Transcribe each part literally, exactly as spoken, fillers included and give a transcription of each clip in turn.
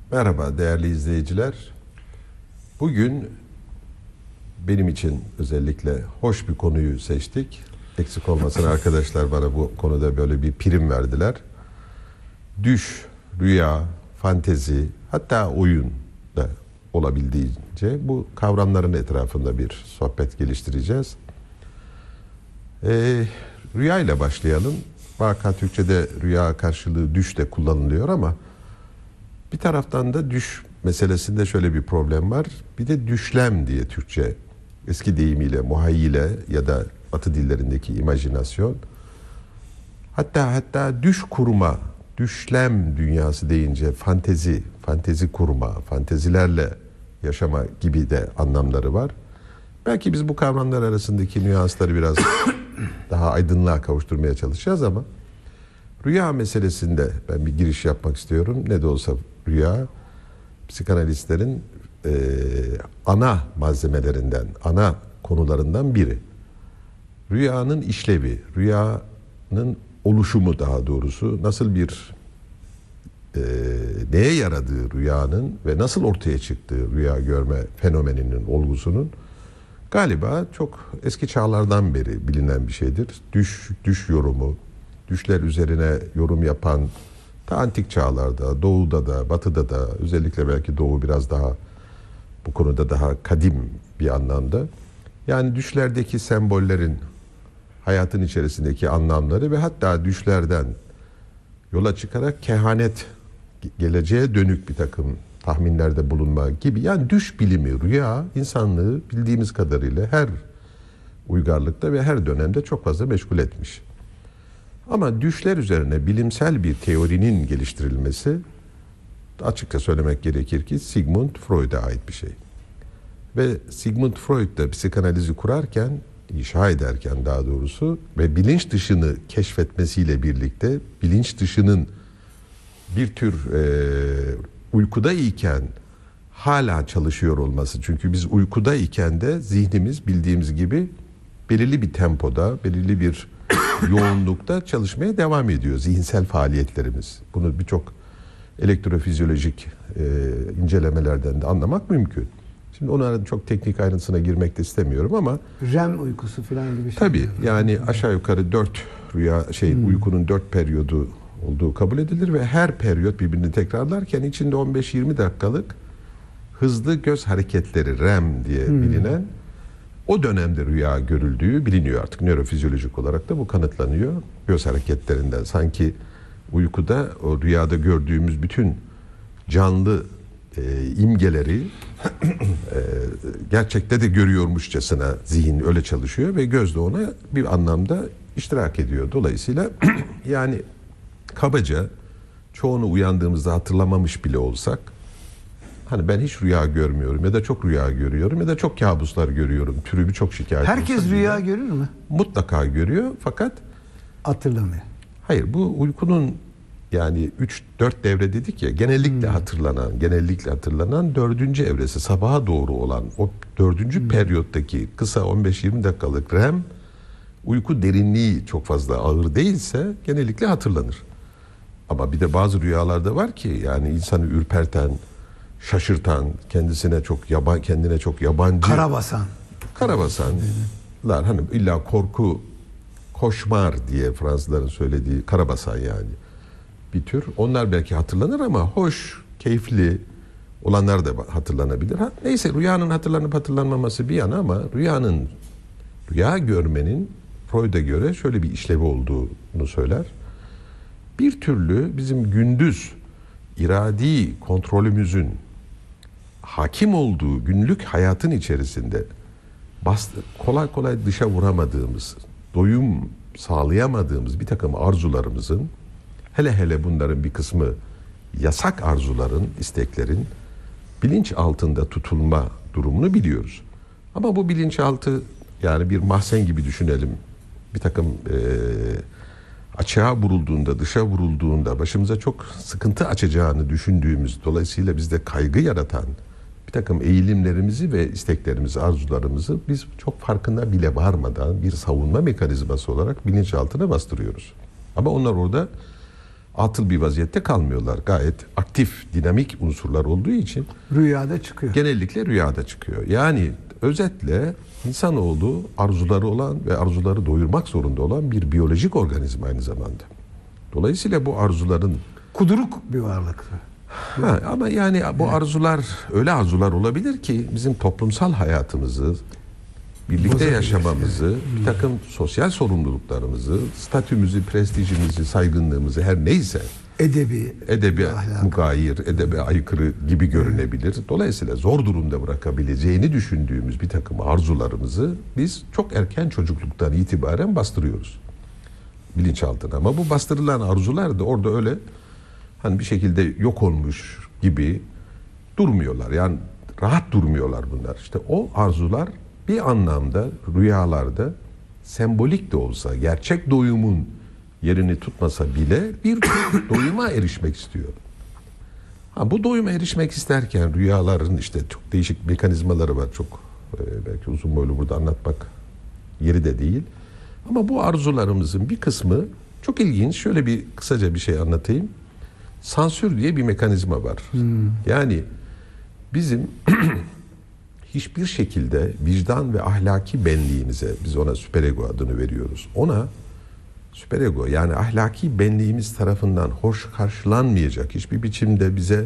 Merhaba değerli izleyiciler. Bugün benim için özellikle hoş bir konuyu seçtik. Eksik olmasın arkadaşlar bana bu konuda böyle bir prim verdiler. Düş, rüya, fantezi, hatta oyun da olabildiğince bu kavramların etrafında bir sohbet geliştireceğiz. Ee, rüya ile başlayalım. Vaka Türkçe'de rüya karşılığı düş de kullanılıyor ama bir taraftan da düş meselesinde şöyle bir problem var. Bir de düşlem diye Türkçe eski deyimiyle muhayyile ya da Batı dillerindeki imajinasyon. Hatta hatta düş kurma, düşlem dünyası deyince fantezi, fantezi kurma, fantezilerle yaşama gibi de anlamları var. Belki biz bu kavramlar arasındaki nüansları biraz daha aydınlığa kavuşturmaya çalışacağız ama rüya meselesinde ben bir giriş yapmak istiyorum. Ne de olsa rüya psikanalistlerin e, ana malzemelerinden, ana konularından biri. Rüyanın işlevi, rüyanın oluşumu daha doğrusu, nasıl bir e, neye yaradığı rüyanın ve nasıl ortaya çıktığı rüya görme fenomeninin, olgusunun galiba çok eski çağlardan beri bilinen bir şeydir. Düş, düş yorumu, düşler üzerine yorum yapan ta antik çağlarda, doğuda da, batıda da, özellikle belki doğu biraz daha bu konuda daha kadim bir anlamda. Yani düşlerdeki sembollerin hayatın içerisindeki anlamları ve hatta düşlerden yola çıkarak kehanet, geleceğe dönük bir takım tahminlerde bulunma gibi. Yani düş bilimi, rüya insanlığı bildiğimiz kadarıyla her uygarlıkta ve her dönemde çok fazla meşgul etmiş. Ama düşler üzerine bilimsel bir teorinin geliştirilmesi açıkça söylemek gerekir ki Sigmund Freud'a ait bir şey. Ve Sigmund Freud da psikanalizi kurarken, inşa ederken daha doğrusu ve bilinç dışını keşfetmesiyle birlikte bilinç dışının bir tür e, uykuda iken hala çalışıyor olması. Çünkü biz uykuda iken de zihnimiz bildiğimiz gibi belirli bir tempoda, belirli bir yoğunlukta çalışmaya devam ediyor zihinsel faaliyetlerimiz. Bunu birçok elektrofizyolojik e, incelemelerden de anlamak mümkün. Şimdi onların çok teknik ayrıntısına girmek de istemiyorum ama R E M uykusu falan gibi şey. Tabii yani aşağı yukarı dört rüya şey hmm. uykunun dört periyodu olduğu kabul edilir ve her periyot birbirini tekrarlarken içinde on beş yirmi dakikalık hızlı göz hareketleri R E M diye hmm. bilinen o dönemde rüya görüldüğü biliniyor artık. Nörofizyolojik olarak da bu kanıtlanıyor. Göz hareketlerinden sanki uykuda o rüyada gördüğümüz bütün canlı e, imgeleri e, gerçekte de görüyormuşçasına zihin öyle çalışıyor ve göz de ona bir anlamda iştirak ediyor. Dolayısıyla yani kabaca çoğunu uyandığımızda hatırlamamış bile olsak, hani ben hiç rüya görmüyorum ya da çok rüya görüyorum ya da çok kabuslar görüyorum türü birçok şikayet. Herkes rüya bile görür mü? Mutlaka görüyor fakat hatırlamıyor. Hayır, bu uykunun yani üç dört devre dedik ya, genellikle hmm. hatırlanan, genellikle hatırlanan dördüncü evresi sabaha doğru olan o dördüncü hmm. periyottaki kısa on beş yirmi dakikalık R E M uyku derinliği çok fazla ağır değilse genellikle hatırlanır. Ama bir de bazı rüyalarda var ki yani insanı ürperten, şaşırtan, kendisine çok yaban, kendine çok yabancı, karabasan, karabasanlar hani illa korku, koşmar diye Fransızların söylediği karabasan yani bir tür. Onlar belki hatırlanır ama hoş, keyifli olanlar da hatırlanabilir. Ha, neyse rüyanın hatırlanıp hatırlanmaması bir yana ama rüyanın, rüya görmenin Freud'a göre şöyle bir işlevi olduğunu söyler. Bir türlü bizim gündüz iradi kontrolümüzün hakim olduğu günlük hayatın içerisinde bastı, kolay kolay dışa vuramadığımız, doyum sağlayamadığımız bir takım arzularımızın, hele hele bunların bir kısmı yasak arzuların, isteklerin bilinç altında tutulma durumunu biliyoruz. Ama bu bilinçaltı yani bir mahzen gibi düşünelim. Bir takım e, açığa vurulduğunda, dışa vurulduğunda başımıza çok sıkıntı açacağını düşündüğümüz, dolayısıyla bizde kaygı yaratan bir takım eğilimlerimizi ve isteklerimizi, arzularımızı biz çok farkında bile varmadan bir savunma mekanizması olarak bilinçaltına bastırıyoruz. Ama onlar orada atıl bir vaziyette kalmıyorlar. Gayet aktif, dinamik unsurlar olduğu için Rüyada çıkıyor. genellikle rüyada çıkıyor. Yani özetle insanoğlu arzuları olan ve arzuları doyurmak zorunda olan bir biyolojik organizma aynı zamanda. Dolayısıyla bu arzuların Kuduruk bir varlık. ha, ama yani bu arzular öyle arzular olabilir ki bizim toplumsal hayatımızı, birlikte Bozabilir, yaşamamızı, bir takım sosyal sorumluluklarımızı, statümüzü, prestijimizi, saygınlığımızı her neyse Edebi, edebi ahlak. mugayir, edebi aykırı gibi görünebilir. Dolayısıyla zor durumda bırakabileceğini düşündüğümüz bir takım arzularımızı biz çok erken çocukluktan itibaren bastırıyoruz bilinçaltına. Ama bu bastırılan arzular da orada öyle hani bir şekilde yok olmuş gibi durmuyorlar. Yani rahat durmuyorlar bunlar. İşte o arzular bir anlamda rüyalarda sembolik de olsa, gerçek doyumun yerini tutmasa bile bir tür doyuma erişmek istiyor. Ha, bu doyuma erişmek isterken rüyaların işte çok değişik mekanizmaları var. Çok e, belki uzun boylu burada anlatmak yeri de değil. Ama bu arzularımızın bir kısmı çok ilginç. Şöyle bir kısaca bir şey anlatayım. Sansür diye bir mekanizma var. Hmm. Yani bizim hiçbir şekilde vicdan ve ahlaki benliğimize, biz ona süperego adını veriyoruz. Ona süperego yani ahlaki benliğimiz tarafından hoş karşılanmayacak hiçbir biçimde bize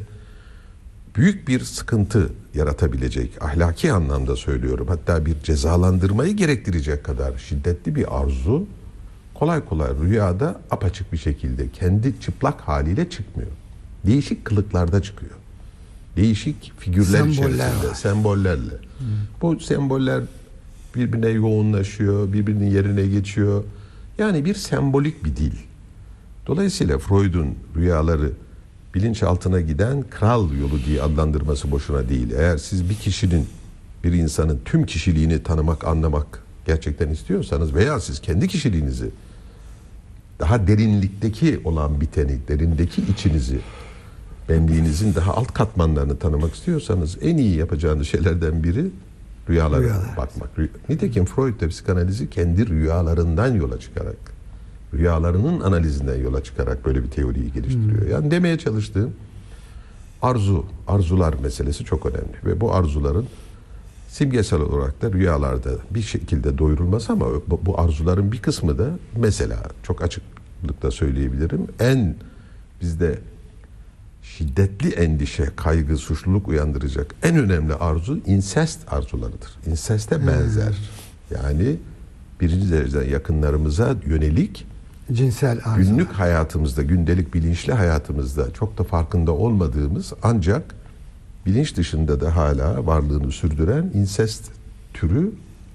büyük bir sıkıntı yaratabilecek, ahlaki anlamda söylüyorum, hatta bir cezalandırmayı gerektirecek kadar şiddetli bir arzu kolay kolay rüyada apaçık bir şekilde kendi çıplak haliyle çıkmıyor. Değişik kılıklarda çıkıyor. Değişik figürler Semboller içerisinde, var. sembollerle. Hmm. Bu semboller birbirine yoğunlaşıyor, birbirinin yerine geçiyor. Yani bir sembolik bir dil. Dolayısıyla Freud'un rüyaları bilinçaltına giden kral yolu diye adlandırması boşuna değil. Eğer siz bir kişinin, bir insanın tüm kişiliğini tanımak, anlamak gerçekten istiyorsanız veya siz kendi kişiliğinizi, daha derinlikteki olan biteni, derindeki içinizi, benliğinizin daha alt katmanlarını tanımak istiyorsanız en iyi yapacağınız şeylerden biri rüyalara Rüyalar. bakmak. Nitekim Freud da psikanalizi kendi rüyalarından yola çıkarak, rüyalarının analizinden yola çıkarak böyle bir teoriyi geliştiriyor. Hmm. Yani demeye çalıştığım arzu, arzular meselesi çok önemli ve bu arzuların simgesel olarak da rüyalarda bir şekilde doyurulması ama bu, bu arzuların bir kısmı da mesela çok açıklıkla söyleyebilirim en bizde şiddetli endişe, kaygı, suçluluk uyandıracak en önemli arzu insest arzularıdır. İnseste benzer. Hmm. Yani birinci dereceden yakınlarımıza yönelik cinsel arzu. Günlük hayatımızda, gündelik bilinçli hayatımızda çok da farkında olmadığımız ancak bilinç dışında da hala varlığını sürdüren insest türü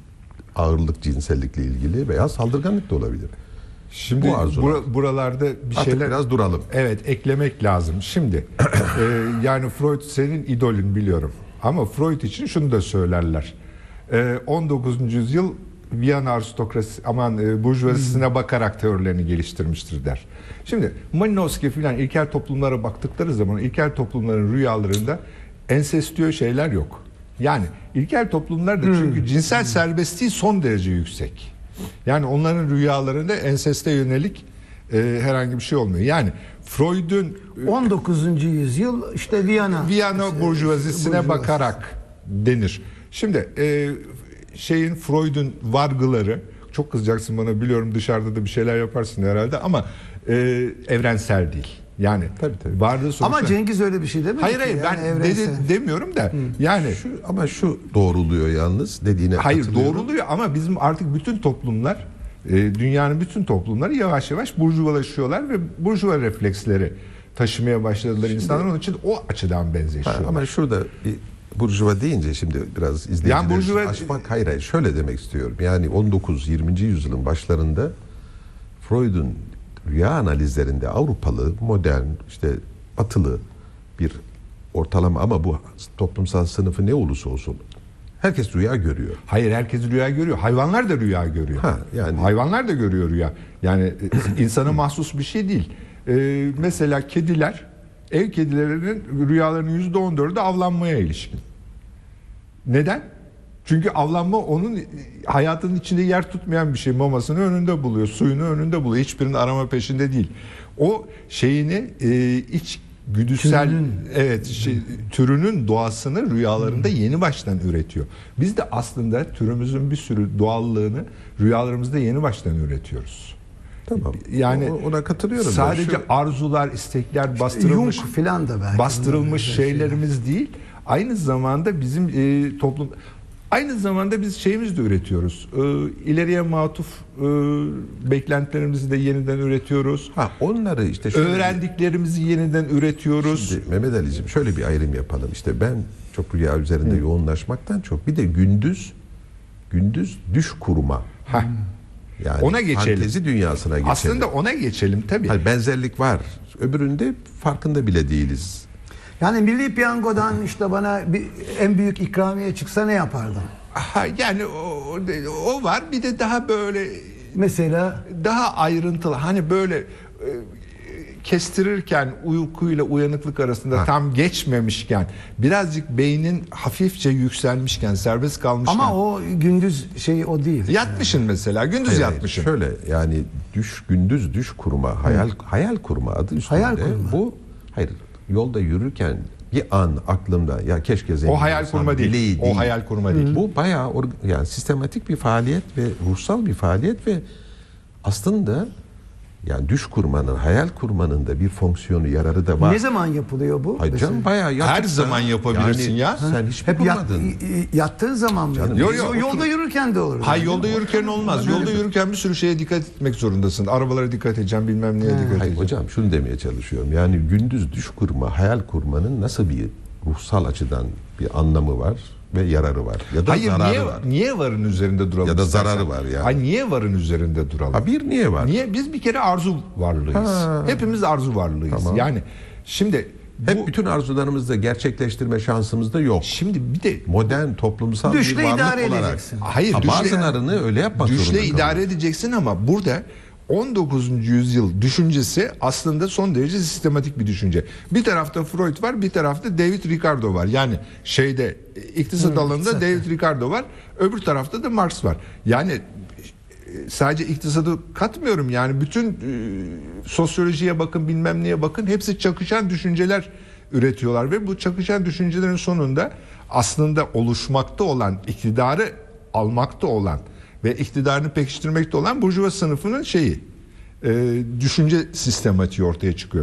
ağırlık cinsellikle ilgili veya saldırganlık da olabilir. Şimdi bu arzular. bura, buralarda bir Artık şeyler biraz duralım. Evet, eklemek lazım. Şimdi e, yani Freud senin idolün biliyorum. Ama Freud için şunu da söylerler. E, on dokuzuncu yüzyıl Viyana aristokrasi aman e, burjuvazisine hmm. bakarak teorilerini geliştirmiştir der. Şimdi Malinowski filan ilkel toplumlara baktıkları zaman ilkel toplumların rüyalarında ensestüö şeyler yok. Yani ilkel toplumlarda hmm. çünkü cinsel serbestliği son derece yüksek. Yani onların rüyalarında enseste yönelik e, herhangi bir şey olmuyor. Yani Freud'un on dokuzuncu yüzyıl işte Viyana Viyana işte, burjuvazisine burjuvazisi. bakarak denir. Şimdi e, şeyin Freud'un vargıları, çok kızacaksın bana biliyorum, dışarıda da bir şeyler yaparsın herhalde ama e, evrensel değil. Yani tabii, tabii. varlığı sonuçta... Ama Cengiz öyle bir şey demedi Hayır ki. hayır yani ben dedi, demiyorum da Hı. yani şu, ama şu doğruluyor yalnız dediğine hayır katılıyorum. doğruluyor ama bizim artık bütün toplumlar e, dünyanın bütün toplumları yavaş yavaş burjuvalaşıyorlar ve burjuva refleksleri taşımaya başladılar. Şimdi, insanlar onun için o açıdan benzeşiyorlar. Ama şurada bir burjuva deyince şimdi biraz izleyicilerimiz yani burjuva... açmak hayır hayır şöyle demek istiyorum. Yani on dokuz yirminci yüzyılın başlarında Freud'un rüya analizlerinde Avrupalı, modern, işte batılı bir ortalama ama bu toplumsal sınıfı ne olursa olsun herkes rüya görüyor. Hayır herkes rüya görüyor. Hayvanlar da rüya görüyor. Ha, yani... Hayvanlar da görüyor rüya. Yani insana mahsus bir şey değil. Ee, mesela kediler, ev kedilerinin rüyalarının yüzde on dördü avlanmaya ilişkin. Neden? Çünkü avlanma onun hayatının içinde yer tutmayan bir şey. Mamasını önünde buluyor, suyunu önünde buluyor. Hiçbirini arama peşinde değil. O şeyini e, iç güdüsel Türünün. evet şey, türünün doğasını rüyalarında yeni baştan üretiyor. Biz de aslında türümüzün bir sürü doğallığını rüyalarımızda yeni baştan üretiyoruz. Tamam. Yani O- ona katılıyorum. sadece Ben şu- arzular, istekler, bastırılmış Jung filan da belki. bastırılmış bunlar benzer şeylerimiz değil. Aynı zamanda bizim e, toplum aynı zamanda biz şeyimizi de üretiyoruz. E, ileriye matuf e, beklentilerimizi de yeniden üretiyoruz. Ha, onları işte şöyle bir- Öğrendiklerimizi yeniden üretiyoruz. Şimdi Mehmet Ali'ciğim şöyle bir ayrım yapalım. İşte ben çok rüya üzerinde yoğunlaşmaktan çok bir de gündüz gündüz düş kurma. Hah. Yani Ona geçelim. fantezi dünyasına geçelim. Aslında ona geçelim tabii. Hayır, benzerlik var. Öbüründe farkında bile değiliz. Yani Milli Piyango'dan işte bana bir, en büyük ikramiye çıksa ne yapardım? Ha, yani o, o var. Bir de daha böyle Mesela daha ayrıntılı hani böyle e, kestirirken uykuyla uyanıklık arasında Ha. tam geçmemişken birazcık beynin hafifçe yükselmişken serbest kalmışken ama o gündüz şey o değil. yatmışın mesela gündüz Hayır, yatmışın. Şöyle yani düş gündüz düş kurma, hayal hayal kurma adı üstünde. Hayal kurma. Bu hayır yolda yürürken bir an aklımda ya keşke zengin O hayal olsam kurma değil. bileği O hayal kurma değil. Bu bayağı or- yani sistematik bir faaliyet ve ruhsal bir faaliyet ve aslında yani düş kurmanın, hayal kurmanın da bir fonksiyonu, yararı da var. Ne zaman yapılıyor bu? Hayır Mesela? canım bayağı yatıp Her da- zaman yapabilirsin yani ya. Sen hiç Hep yat, yapmadın. y- y- yattığın zaman mı? Canım, Yok, yok, Yolda otur- yürürken de olur. Hay yani. yolda yürürken olmaz. Yolda yürürken bir sürü şeye dikkat etmek zorundasın. Arabalara dikkat edeceğim, bilmem neye dikkat Hayır edeceğim. hocam şunu demeye çalışıyorum. Yani gündüz düş kurma, hayal kurmanın nasıl bir ruhsal açıdan bir anlamı var ve yararı var ya da Hayır zararı niye var. niye varın üzerinde duralım? Ya da istersen? zararı var yani. Hay niye varın üzerinde duralım? Ha, bir niye var? Niye? Biz bir kere arzu varlığıyız. Ha. Hepimiz arzu varlığıyız. Tamam. Yani şimdi bu, Hep bütün arzularımızı da gerçekleştirme şansımız da yok. şimdi bir de Modern toplumsal Düşle bir varlık idare olarak. edeceksin. hayır Ha, düşle- bazılarını öyle yapmak zorunda düşle idare kalıyoruz. edeceksin ama burada on dokuzuncu yüzyıl düşüncesi aslında son derece sistematik bir düşünce. Bir tarafta Freud var, bir tarafta David Ricardo var. Yani şeyde iktisat alanında David Ricardo var, öbür tarafta da Marx var. Yani e, sadece iktisadı katmıyorum yani bütün e, sosyolojiye bakın bilmem neye bakın hepsi çakışan düşünceler üretiyorlar ve bu çakışan düşüncelerin sonunda aslında oluşmakta olan iktidarı almakta olan ve iktidarını pekiştirmekte olan burjuva sınıfının şeyi e, düşünce sistematiği ortaya çıkıyor.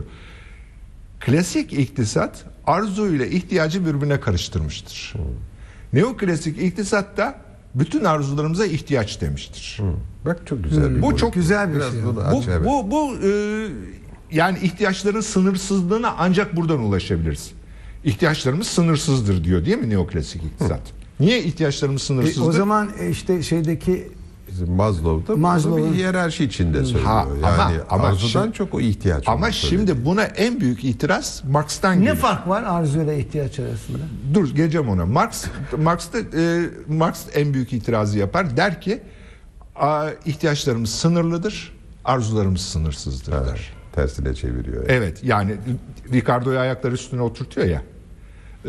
Klasik iktisat arzu ile ihtiyacı birbirine karıştırmıştır. Neoklasik iktisat da bütün arzularımıza ihtiyaç demiştir. Bak çok güzel bir Bu boyut. çok güzel bir Biraz şey. bunu Bu aç, evet. bu bu e, yani ihtiyaçların sınırsızlığına ancak buradan ulaşabiliriz. İhtiyaçlarımız sınırsızdır diyor değil mi neoklasik iktisat? Niye ihtiyaçlarımız E, sınırsızdır? o zaman e, işte şeydeki Bizim Maslow'da bunu Maslow'un- bir hiyerarşi içinde söylüyor. Ha, ama- yani ama arzudan şimdi- çok o ihtiyaç. Ama olduğunu söylüyor. şimdi buna en büyük itiraz Marx'tan ne geliyor. fark var arzu ile ihtiyaç arasında? Dur geleceğim ona. Marx Marx'ta e, Marx en büyük itirazı yapar. Der ki a, ihtiyaçlarımız sınırlıdır, arzularımız sınırsızdır Ha, der. tersine çeviriyor. yani. Evet yani Ricardo'yu ayakları üstüne oturtuyor ya. Ee,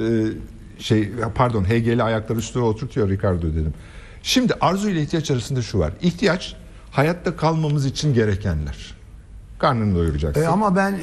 şey pardon Hegel'i ayakları üstüne oturtuyor Ricardo dedim. Şimdi arzu ile ihtiyaç arasında şu var. İhtiyaç hayatta kalmamız için gerekenler. Karnını doyuracaksın. E, ama ben e,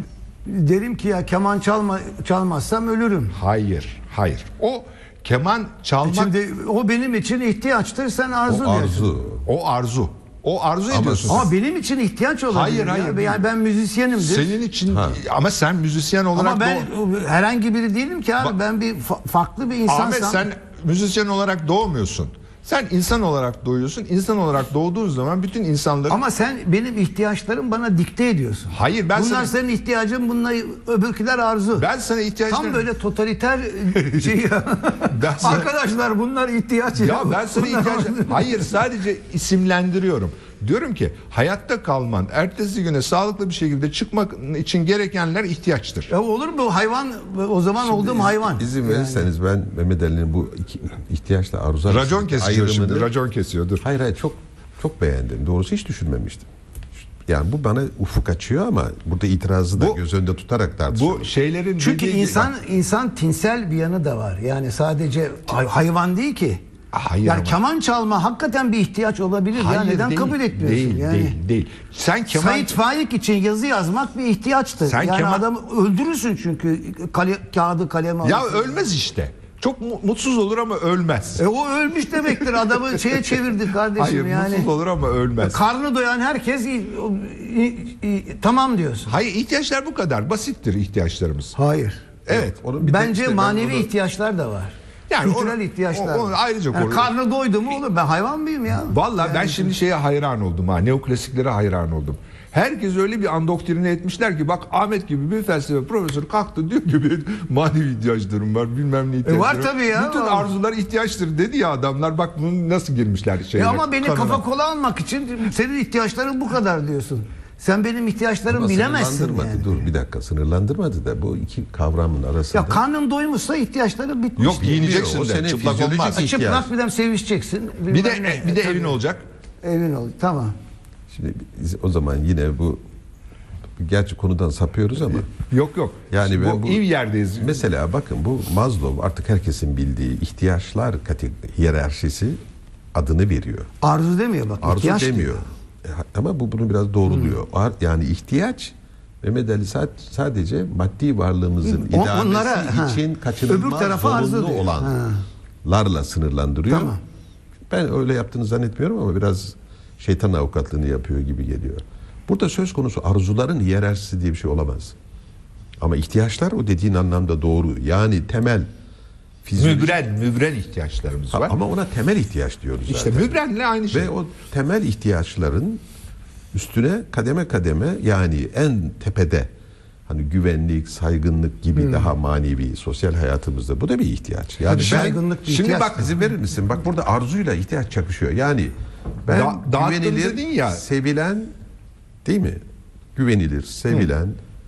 derim ki ya keman çalma çalmazsam ölürüm. Hayır, hayır. O keman çalmak Şimdi o benim için ihtiyaçtır, sen arzu O diyorsun. arzu. o arzu. O arzu Ama- ediyorsun. sen. Ama benim için ihtiyaç olabilir. Hayır, ya. hayır. Yani ben müzisyenimdir. Senin için Ha. ama sen müzisyen olarak Ama ben doğ- herhangi biri değilim ki abi. Ba- ben bir fa- farklı bir insansam. Ahmet sen müzisyen olarak doğmuyorsun. Sen insan olarak doğuyorsun. İnsan olarak doğduğun zaman bütün insanların Ama sen benim ihtiyaçlarım bana dikte ediyorsun. Hayır, ben Bunlar sana- senin ihtiyacın, bunlar öbürküler arzu. ben sana ihtiyaçlarım Tam böyle totaliter şey. Ben sana- Arkadaşlar bunlar ihtiyaç. Ya ben sana Bunlar- ihtiyaç... Hayır sadece isimlendiriyorum. Diyorum ki hayatta kalman, ertesi güne sağlıklı bir şekilde çıkmak için gerekenler ihtiyaçtır. Ya olur mu hayvan, o zaman olduğum hayvan. İzin verirseniz ben Mehmet Ali'nin bu iki ihtiyaçla arzu Racon arasındaki kesiyor şimdi. ayrımını- Racon kesiyor. Dur. Hayır hayır çok çok beğendim. Doğrusu hiç düşünmemiştim. Yani bu bana ufuk açıyor ama burada itirazı da Bu- göz önünde tutarak tartışıyorum. Bu şeylerin Çünkü dediği- insan insan tinsel bir yanı da var. Yani sadece hay- hayvan değil ki. Hayır yani ama- keman çalma hakikaten bir ihtiyaç olabilir. Ya Hayır, neden değil, kabul etmiyorsun? Değil, yani? değil, değil. Sen keman... Sait Faik için yazı yazmak bir ihtiyaçtır. Sen yani keman- adamı öldürürsün çünkü kale, kağıdı kaleme Ya alırsın. ölmez işte. Çok mu- mutsuz olur ama ölmez. E o ölmüş demektir. Adamı şeye çevirdi kardeşim Hayır, yani. mutsuz olur ama ölmez. Karnı doyan herkes i- i- i- tamam diyorsun. Hayır, ihtiyaçlar bu kadar. Basittir ihtiyaçlarımız. Hayır. Evet. Onun bir de Bence işte ben manevi onu- ihtiyaçlar da var. Yani Kültürel onu- ihtiyaçlar. o- onu ayrıca yani konuş- karnı doydu mu olur. Ben hayvan mıyım ya? Vallahi ben Yani- şimdi şeye hayran oldum ha. Neoklasiklere hayran oldum. Herkes öyle bir andoktrine etmişler ki bak Ahmet gibi bir felsefe profesörü kalktı diyor ki benim manevi ihtiyaçlarım var bilmem ne ihtiyaçlarım. var tabii ya, Bütün var. arzular ihtiyaçtır dedi ya adamlar bak bunu nasıl girmişler şeyine. E ama beni kanına. kafa kola almak için senin ihtiyaçların bu kadar diyorsun. Sen benim ihtiyaçlarımı Ama bilemezsin sınırlandırmadı. yani. Dur bir dakika, sınırlandırmadı da bu iki kavramın arasında. Ya karnın doymuşsa ihtiyaçların bitmiş. Yok giyineceksin O de senin çıplak fizyolojik olmaz. ihtiyaç. Çıplak bir de sevişeceksin. Bir de bilmem ne. bir de E, evin tabii. olacak. Evin ol. Tamam. Şimdi biz o zaman yine bu, gerçi konudan sapıyoruz ama Yok yok. Yani Şimdi ben bu bu- iyi yerdeyiz. mesela bakın bu Maslow artık herkesin bildiği ihtiyaçlar kategori hiyerarşisi adını veriyor. Arzu demiyor bak. Arzu ihtiyaç demiyor. diyor. E, ha- Ama bu bunu biraz doğruluyor. Ar- Yani ihtiyaç Mehmet Ali sa- sadece maddi varlığımızın O- idamesi onlara, ha. için kaçınılmaz Öbür tarafa arzu zorunlu diyor. Ha. olanlarla sınırlandırıyor. Tamam. Ben öyle yaptığını zannetmiyorum ama biraz şeytan avukatlığını yapıyor gibi geliyor. Burada söz konusu arzuların hiyerarşisi diye bir şey olamaz. Ama ihtiyaçlar o dediğin anlamda doğru. Yani temel fizyolojik... Mübren, mübren ihtiyaçlarımız Ha, var. ama ona temel ihtiyaç diyoruz İşte zaten. mübrenle aynı şey. Ve o temel ihtiyaçların üstüne kademe kademe yani en tepede hani güvenlik, saygınlık gibi daha manevi sosyal hayatımızda bu da bir ihtiyaç. Yani Tabii ben, saygınlık bir şimdi ihtiyaç bak da. izin verir misin? Bak burada arzuyla ihtiyaç çakışıyor. Yani ben Da- dağıttım güvenilir, dedin ya. sevilen değil mi? Güvenilir, sevilen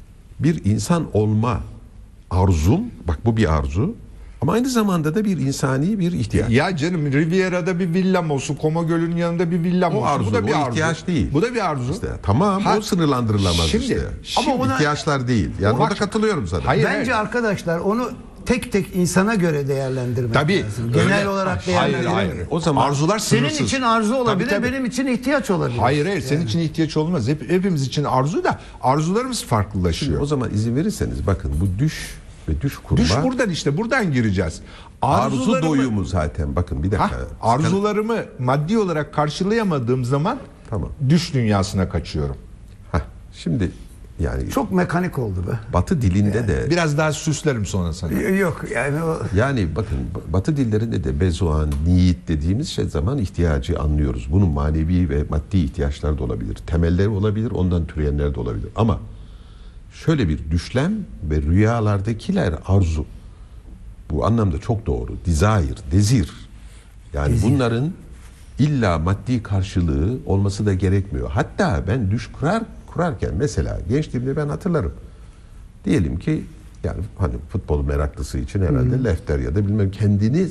bir insan olma arzum. Bak bu bir arzu. Ama aynı zamanda da bir insani bir ihtiyaç. Ya canım Riviera'da bir villam olsun, Koma Gölü'nün yanında bir villam O olsun. arzu, bu da bir o arzu. ihtiyaç değil. Bu da bir arzu. İşte tamam Ha, o sınırlandırılamaz şimdi- işte. şimdi- Ama ona ihtiyaçlar değil. Yani O- orada katılıyorum sana. Hayır, Bence hayır. arkadaşlar onu tek tek insana göre değerlendirmek Tabii. lazım. Genel öyle. olarak Hayır, değerlendirmek. hayır. O zaman arzular Senin sınırsız. için arzu olabilir, Tabii, tabii. benim için ihtiyaç olabilir. Hayır hayır senin için ihtiyaç olmaz. Hep, hepimiz için arzu da arzularımız farklılaşıyor. o zaman izin verirseniz bakın bu düş ve düş kurma Düş buradan işte buradan gireceğiz. arzu Arzularımı- doyumu zaten. Bakın bir dakika. Hah, arzularımı maddi olarak karşılayamadığım zaman Tamam. düş dünyasına kaçıyorum. Hah, şimdi yani Çok mekanik oldu be. Batı dilinde de Biraz daha süslerim sonra sana. Yok yani o yani bakın Batı dillerinde de bezoan, niyet dediğimiz şey zaman ihtiyacı anlıyoruz. Bunun manevi ve maddi ihtiyaçlar da olabilir. Temelleri olabilir, ondan türeyenler de olabilir. Ama şöyle bir düşlem ve rüyalardakiler arzu. Bu anlamda çok doğru. Desire, dezir. Yani bunların illa maddi karşılığı olması da gerekmiyor. Hatta ben düş kurar kurarken mesela gençliğimde ben hatırlarım. Diyelim ki yani hani futbol meraklısı için herhalde Lefter ya da bilmem kendini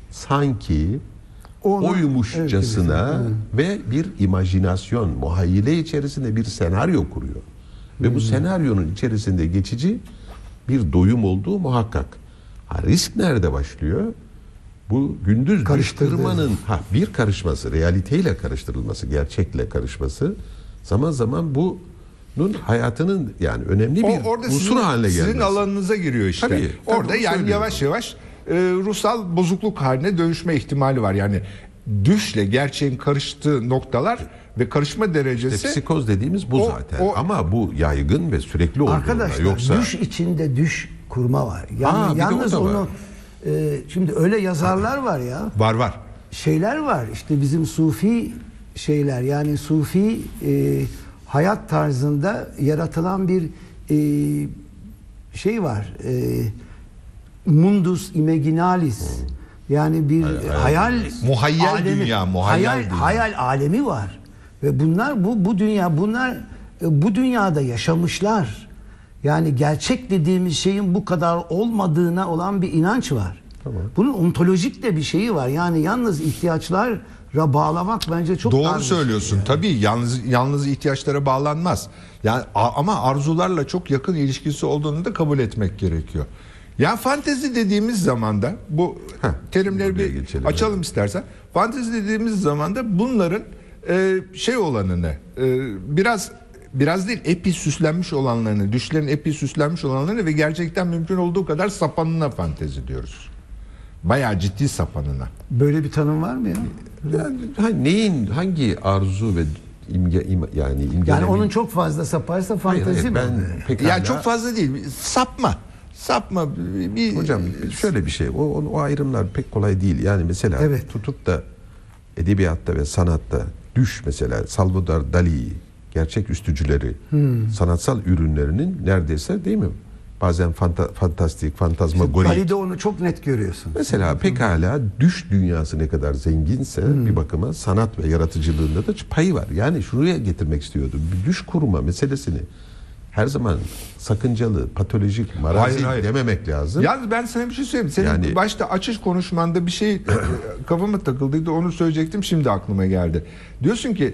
sanki Onu- oymuşçasına ve bir imajinasyon, muhayyile içerisinde bir senaryo kuruyor. Ve bu senaryonun içerisinde geçici bir doyum olduğu muhakkak. Ha, risk nerede başlıyor? Bu gündüz Karıştırdığı. karıştırmanın ha, bir karışması, realiteyle karıştırılması, gerçekle karışması zaman zaman bunun hayatının yani önemli bir O, orada unsur sizin, haline gelmesi. sizin alanınıza giriyor işte. Tabii, tabii, orada onu yani söylüyorum. yavaş yavaş e, ruhsal bozukluk haline dönüşme ihtimali var. Yani düşle gerçeğin karıştığı noktalar ve karışma derecesi İşte psikoz dediğimiz bu O- zaten. o- Ama bu yaygın ve sürekli olduğunda arkadaşlar yoksa düş içinde düş kurma var. Yani Aa, bir de o yalnız da var. onu e, şimdi öyle yazarlar var ya. var var. Şeyler var işte bizim sufi şeyler yani sufi e, hayat tarzında yaratılan bir e, şey var. E, mundus imaginalis. Yani bir hayal, Muhayyel dünya, muhayyel hayal, dünya. hayal alemi var. Ve bunlar bu bu dünya bunlar e, bu dünyada yaşamışlar. Yani gerçek dediğimiz şeyin bu kadar olmadığına olan bir inanç var. Tamam. Bunun ontolojik de bir şeyi var. Yani yalnız ihtiyaçlara bağlamak bence çok Doğru dar bir şey söylüyorsun. yani. Tabii yalnız yalnız ihtiyaçlara bağlanmaz. Yani a- ama arzularla çok yakın ilişkisi olduğunu da kabul etmek gerekiyor. Ya fantezi dediğimiz zaman da bu Heh, terimleri buraya bir geçelim, açalım evet. istersen. Fantezi dediğimiz zaman da bunların e, şey olanını e, biraz biraz değil epi süslenmiş olanlarını, düşlerin epi süslenmiş olanlarını ve gerçekten mümkün olduğu kadar sapanına fantezi diyoruz. Bayağı ciddi sapanına. Böyle bir tanım var mı ya? Yani, ha, neyin hangi arzu ve imge im- yani imge Yani onun çok fazla saparsa fantezi mi? ben oluyor? pekala, Ya çok fazla değil, sapma. Sapma bir hocam şöyle bir şey, o, o, o ayrımlar pek kolay değil. Yani mesela Evet. tutup da edebiyatta ve sanatta düş, mesela Salvador Dali'yi, gerçek üstücüleri, Hmm. sanatsal ürünlerinin neredeyse, değil mi? Bazen fanta, fantastik, fantazmagorik. Dali'de onu çok net görüyorsun. Mesela pekala düş dünyası ne kadar zenginse Hmm. bir bakıma sanat ve yaratıcılığında da payı var. Yani şuraya getirmek istiyordum. Bir düş kurma meselesini her zaman sakıncalı, patolojik, marazi Hayır, hayır. dememek lazım. Yalnız ben sana bir şey söyleyeyim. Senin Yani- başta açış konuşmanda bir şey kafama takıldıydı. Onu söyleyecektim. Şimdi aklıma geldi. Diyorsun ki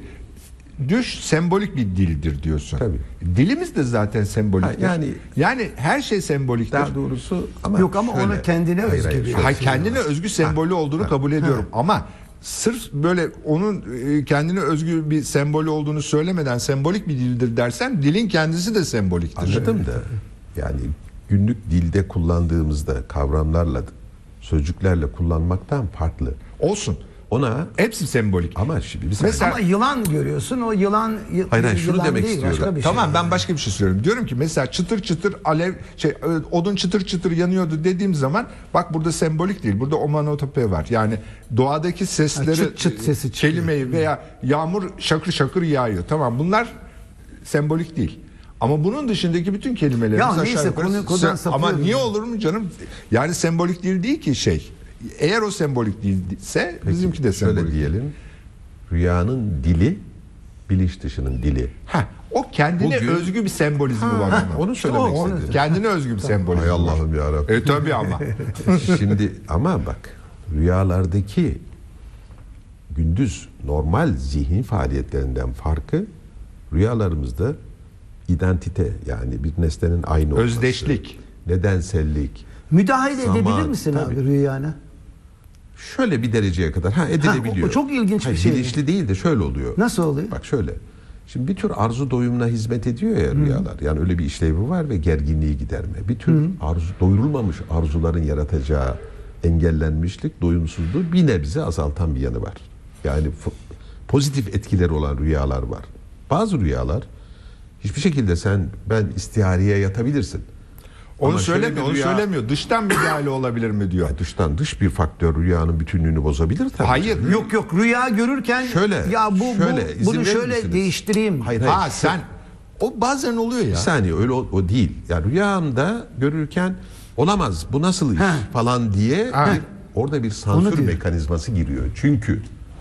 düş sembolik bir dildir diyorsun. Tabii. Dilimiz de zaten semboliktir. Ha, yani- yani her şey semboliktir. Daha doğrusu ama Yok ama şöyle- onu kendine Hayır, özgü hayır, bir- şöyle- Hayır, kendine özgü sembolü olduğunu kabul ediyorum. Ama sırf böyle onun e, kendine özgü bir sembolü olduğunu söylemeden sembolik bir dildir dersen dilin kendisi de semboliktir. Anladım da yani günlük dilde kullandığımızda kavramlarla, sözcüklerle kullanmaktan farklı. Olsun. Ona Hepsi sembolik. ama şimdi bir saniye. Mesela- Ama yılan görüyorsun, o yılan y- Hayır, hayır, şunu yılan demek değil, istiyorum. başka bir Tamam, şey. ben başka bir şey söylüyorum. Diyorum ki mesela çıtır çıtır alev şey e, odun çıtır çıtır yanıyordu dediğim zaman bak burada sembolik değil. Burada onomatope var. Yani doğadaki sesleri, Ha, çıt çıt sesi e, çıkıyor. kelimeyi veya yağmur şakır şakır yağıyor. Tamam, bunlar sembolik değil. Ama bunun dışındaki bütün kelimelerimiz Ya aşağı neyse, yukarı konu- konudan se- ama sapıyoruz. niye olur mu canım? Yani sembolik değil değil ki şey. Eğer o sembolik değilse Peki, bizimki de şöyle sembolik. diyelim. Rüyanın dili bilinç dışının dili. Ha, o kendine Bugün- özgü bir sembolizmi var ama. Onu söylemek o- onu- istedim. Kendine özgü bir sembolizmi Hay var. Allah'ım ya Rabbi. E tabii ama. Şimdi ama bak, rüyalardaki gündüz normal zihin faaliyetlerinden farkı, rüyalarımızda identite, yani bir nesnenin aynı olması, Özdeşlik. nedensellik, Müdahale Zaman, edebilir misin tabii. abi rüyana? şöyle bir dereceye kadar ha edilebiliyor. o çok ilginç bir Hayır, şey. Bilinçli değil de şöyle oluyor. Nasıl oluyor? Bak şöyle. Şimdi bir tür arzu doyumuna hizmet ediyor ya rüyalar. Yani öyle bir işlevi var ve gerginliği giderme. Bir tür arzu, doyurulmamış arzuların yaratacağı engellenmişlik, doyumsuzluğu bir nebze azaltan bir yanı var. Yani f- pozitif etkileri olan rüyalar var. Bazı rüyalar hiçbir şekilde sen ben istihariye yatabilirsin. Onu Ama şöyle söylemiyor, bir onu rüya- söylemiyor. Dıştan müdahale olabilir mi diyor. Dıştan dış bir faktör rüyanın bütünlüğünü bozabilir tabii. Hayır. Yok yok, rüya görürken Şöyle, ya bu, şöyle, bu izin bunu verir şöyle misiniz? değiştireyim. Hayır hayır. Ha sen o bazen oluyor ya. Bir saniye, öyle o, o değil. Yani rüyamda görürken olamaz bu nasıl iş Ha. falan diye Ha. bir- orada bir Onu sansür diyor. mekanizması giriyor. Çünkü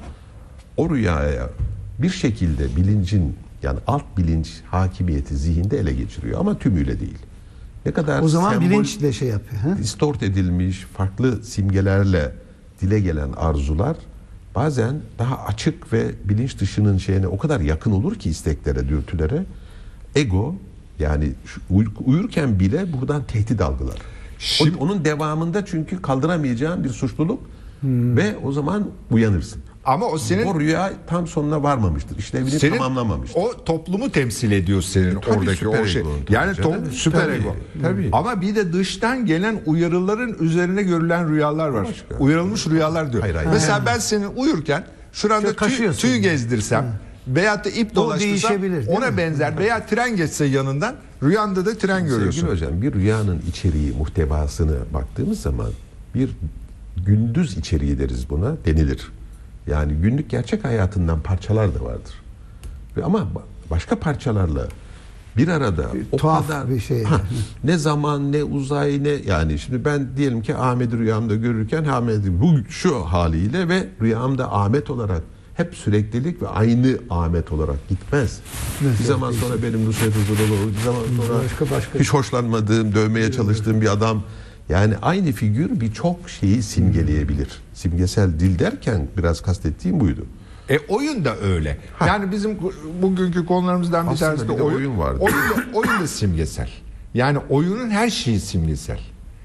o rüyaya bir şekilde bilincin, yani alt bilinç hakimiyeti zihinde ele geçiriyor ama tümüyle değil. Ne kadar O zaman sembol- bilinçle şey yapıyor. Ha? distort edilmiş, farklı simgelerle dile gelen arzular bazen daha açık ve bilinç dışının şeyine o kadar yakın olur ki, isteklere, dürtülere. Ego, yani şu uy- uyurken bile buradan tehdit algılar. Şimdi- O- onun devamında çünkü kaldıramayacağın bir suçluluk ve o zaman uyanırsın. Ama o senin O rüya tam sonuna varmamıştır. İşlevini senin tamamlamamıştır. o toplumu temsil ediyor senin tabii oradaki süper o şey. ego, tabii Yani canım. to- süper Tabii, ego. tabii. Ama bir de dıştan gelen uyarıların üzerine görülen rüyalar var. Başka. Uyarılmış rüyalar diyor. Hayır, hayır. Mesela ben senin uyurken şuranda Şöyle tüy, kaşıyorsun. tüy gezdirsem veyahut da ip dolaştırsam değişebilir, değil ona mi? benzer veya tren geçse yanından rüyanda da tren görüyorsun. Sevgili hocam, bir rüyanın içeriği, muhtevasını baktığımız zaman bir gündüz içeriği deriz buna, denilir. Yani günlük gerçek hayatından parçalar da vardır. Ve ama ba- başka parçalarla bir arada o tuhaf kadar bir şey. Ha, ne zaman ne uzay ne, yani şimdi ben diyelim ki Ahmet'i rüyamda görürken Ahmet'i bu şu haliyle ve rüyamda Ahmet olarak hep süreklilik ve aynı Ahmet olarak gitmez. Bir zaman sonra benim Nusret Huzurlu olur, bir zaman sonra Başka, başka. hiç hoşlanmadığım, dövmeye çalıştığım bir adam. Yani aynı figür birçok şeyi simgeleyebilir. Simgesel dil derken biraz kastettiğim buydu. E oyun da öyle. Yani bizim bugünkü konularımızdan bir Aslında tanesi de bir de oyun. oyun vardı. Oyun da, oyun da simgesel. Yani oyunun her şeyi simgesel.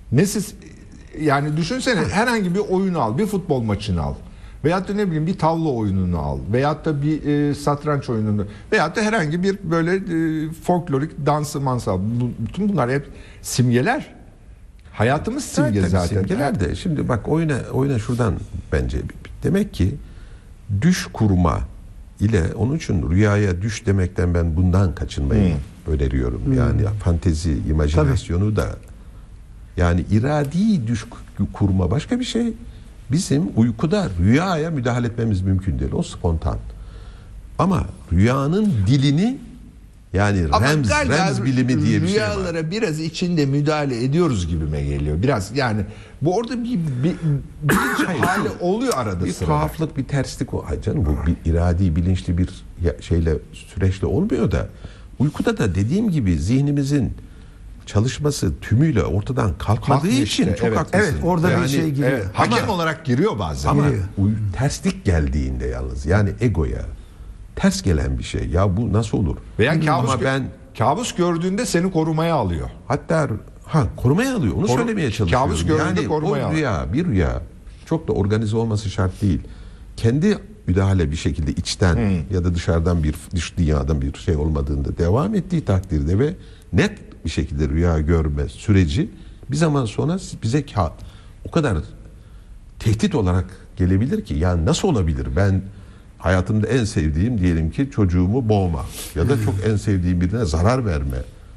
Ne siz yani düşünsene herhangi bir oyunu al, bir futbol maçını al. Veyahut da ne bileyim bir tavla oyununu al. Veyahut da bir e, satranç oyununu. Veyahut da herhangi bir böyle e, folklorik dansı mansı al. Bu, bütün bunlar hep simgeler. Hayatımız simge Evet, tabii zaten. simgeler de. Şimdi bak oyuna oyuna şuradan bence demek ki düş kurma ile onun için rüyaya düş demekten ben bundan kaçınmayı hmm. öneriyorum. Hmm. Yani fantezi, imajinasyonu da yani iradi düş kurma başka bir şey. Bizim uykuda rüyaya müdahale etmemiz mümkün değil. O spontan. Ama rüyanın dilini yani Ama rems, rems bilimi diye bir şey var. Rüyalara biraz içinde müdahale ediyoruz gibime geliyor. Biraz yani bu orada bir, bir bilinç hali oluyor arada bir sırada. tuhaflık, bir terslik o. Ay canım bu bir iradi, bilinçli bir şeyle süreçle olmuyor da uykuda da dediğim gibi zihnimizin çalışması tümüyle ortadan kalkmadığı Kalkmış için işte, çok evet. haklısın. Evet, orada yani, bir şey giriyor. Evet, hakem Ama- olarak giriyor bazen. Ama Giriyor. uy- terslik geldiğinde yalnız yani egoya ters gelen bir şey. Ya bu nasıl olur? Veya kabus, Ama ben kabus gördüğünde seni korumaya alıyor. hatta ha korumaya alıyor. Onu Koru- söylemeye çalışıyorum. kabus gördüğünde yani korumaya o rüya, bir rüya çok da organize olması şart değil. Kendi müdahale bir şekilde içten Hmm. ya da dışarıdan bir dış dünyadan bir şey olmadığında devam ettiği takdirde ve net bir şekilde rüya görme süreci bir zaman sonra bize ka- o kadar tehdit olarak gelebilir ki yani nasıl olabilir? Ben hayatımda en sevdiğim diyelim ki çocuğumu boğma ya da çok en sevdiğim birine zarar verme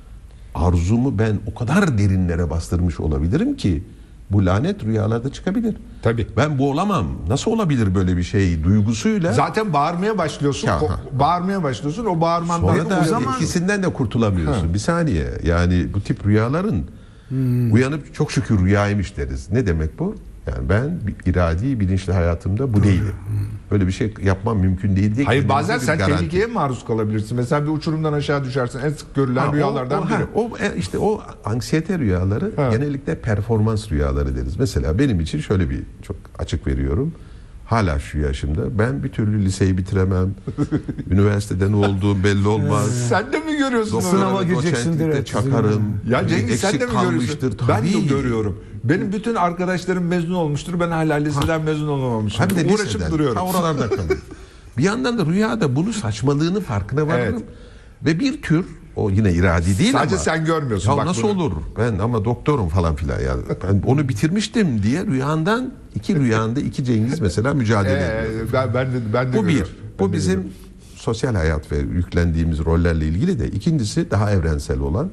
arzumu ben o kadar derinlere bastırmış olabilirim ki bu lanet rüyalarda çıkabilir. Tabii. Ben bu olamam. Nasıl olabilir böyle bir şey duygusuyla? Zaten bağırmaya başlıyorsun. Ya, ko- ha. bağırmaya başlıyorsun. O bağırmandan Sonra da o zaman- etkisinden de kurtulamıyorsun. Bir saniye. Yani bu tip rüyaların uyanıp çok şükür rüyaymış deriz. Ne demek bu? Yani ben bir iradi, bilinçli hayatımda bu değilim. Böyle bir şey yapmam mümkün değil diye. Hayır kendimize bazen bir sen garanti. tehlikeye maruz kalabilirsin. Mesela bir uçurumdan aşağı düşersin. En sık görülen Ha, o- rüyalardan o, biri. ha, O e, işte o anksiyete rüyaları Ha. genellikle performans rüyaları deriz. Mesela benim için şöyle bir çok açık veriyorum. Hala şu yaşımda ben bir türlü liseyi bitiremem. Üniversitede ne olduğum belli olmaz. Sen de mi görüyorsun onu? Sınava Doktora, gireceksin doçentlikte direkt. çakarım. Ya Cengiz sen de Eksik mi görüyorsun? kalmıştır. Ben de Tabii. görüyorum. Benim bütün arkadaşlarım mezun olmuştur. Ben hala liseden mezun olamamışım. Hem de Uğraşıp liseden. duruyorum. Ha, oralarda kalıyorum. Bir yandan da rüyada bunun saçmalığının farkına varırım. Evet. Ve bir tür o yine iradi değil Sadece ama. sen görmüyorsun. Ya Bak nasıl bunu. olur? Ben ama doktorum falan filan yani. Ben onu bitirmiştim diye rüyandan iki rüyanda iki Cengiz mesela mücadele Ee, ediyor. ben, ben de, ben de Bu bir. görüyorum. Ben Bu de bizim görüyorum. sosyal hayat ve yüklendiğimiz rollerle ilgili de. İkincisi daha evrensel olan